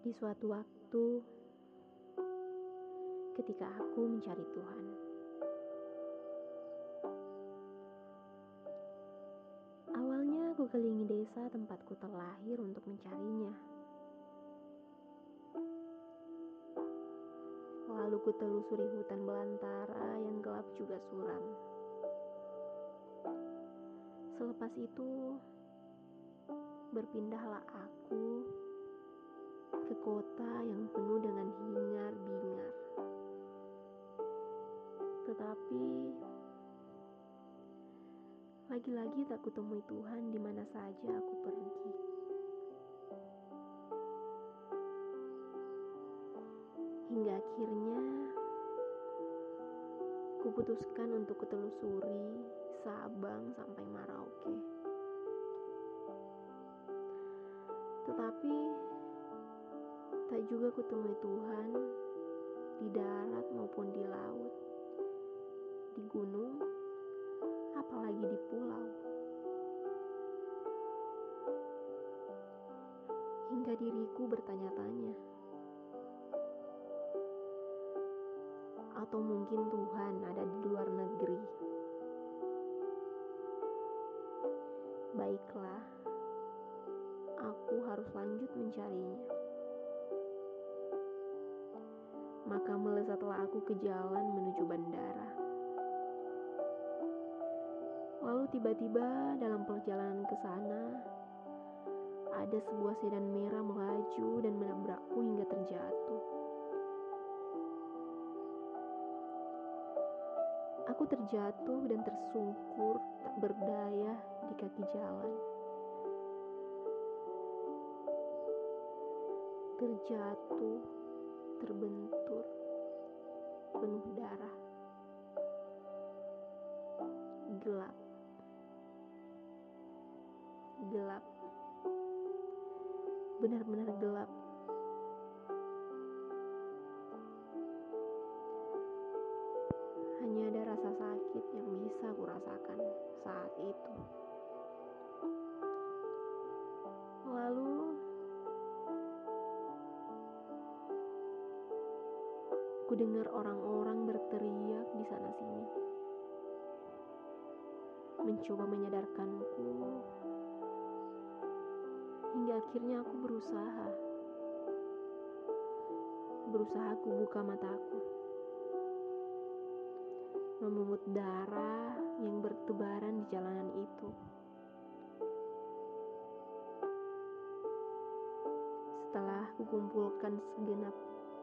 Di suatu waktu, ketika aku mencari Tuhan, awalnya aku kelilingi desa tempatku terlahir untuk mencarinya. Lalu ku telusuri hutan belantara yang gelap juga suram. Selepas itu, berpindahlah aku ke kota yang penuh dengan hingar-bingar. Tetapi lagi-lagi tak kutemui Tuhan di mana saja aku pergi. Hingga akhirnya kuputuskan untuk kutelusuri Sabang sampai Merauke. Tetapi tak juga kutemui Tuhan di darat maupun di laut, di gunung, apalagi di pulau. Hingga diriku bertanya-tanya, atau mungkin Tuhan ada di luar negeri. Baiklah, aku harus lanjut mencarinya. Maka melesatlah aku ke jalan menuju bandara. Lalu tiba-tiba dalam perjalanan ke sana, ada sebuah sedan merah melaju dan menabrakku hingga terjatuh. Aku terjatuh dan tersungkur tak berdaya di kaki jalan. Terjatuh, terbentur, penuh darah. Gelap. Gelap. Benar-benar gelap. Hanya ada rasa sakit yang bisa kurasakan saat itu. Lalu ku dengar orang-orang berteriak di sana-sini, mencoba menyadarkanku. Hingga akhirnya aku berusaha ku buka mataku, memungut darah yang bertebaran di jalanan itu. Setelah kukumpulkan segenap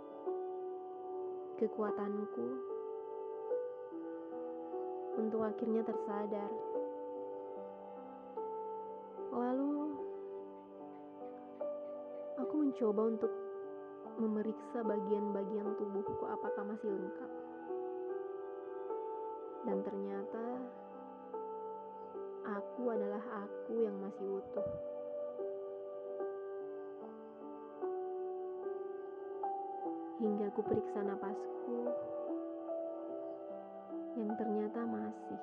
kekuatanku untuk akhirnya tersadar. Lalu aku mencoba untuk memeriksa bagian-bagian tubuhku apakah masih lengkap. Dan ternyata aku adalah aku yang masih utuh. Hingga ku periksa napasku yang ternyata masih.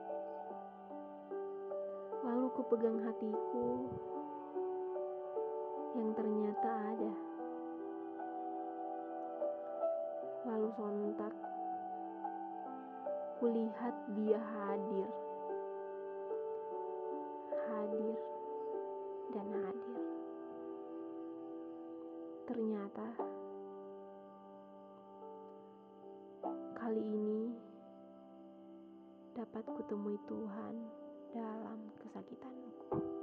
Lalu ku pegang hatiku yang ternyata ada. Lalu sontak kulihat dia hadir dan hadir. Ternyata kali ini dapat kutemui Tuhan dalam kesakitanku.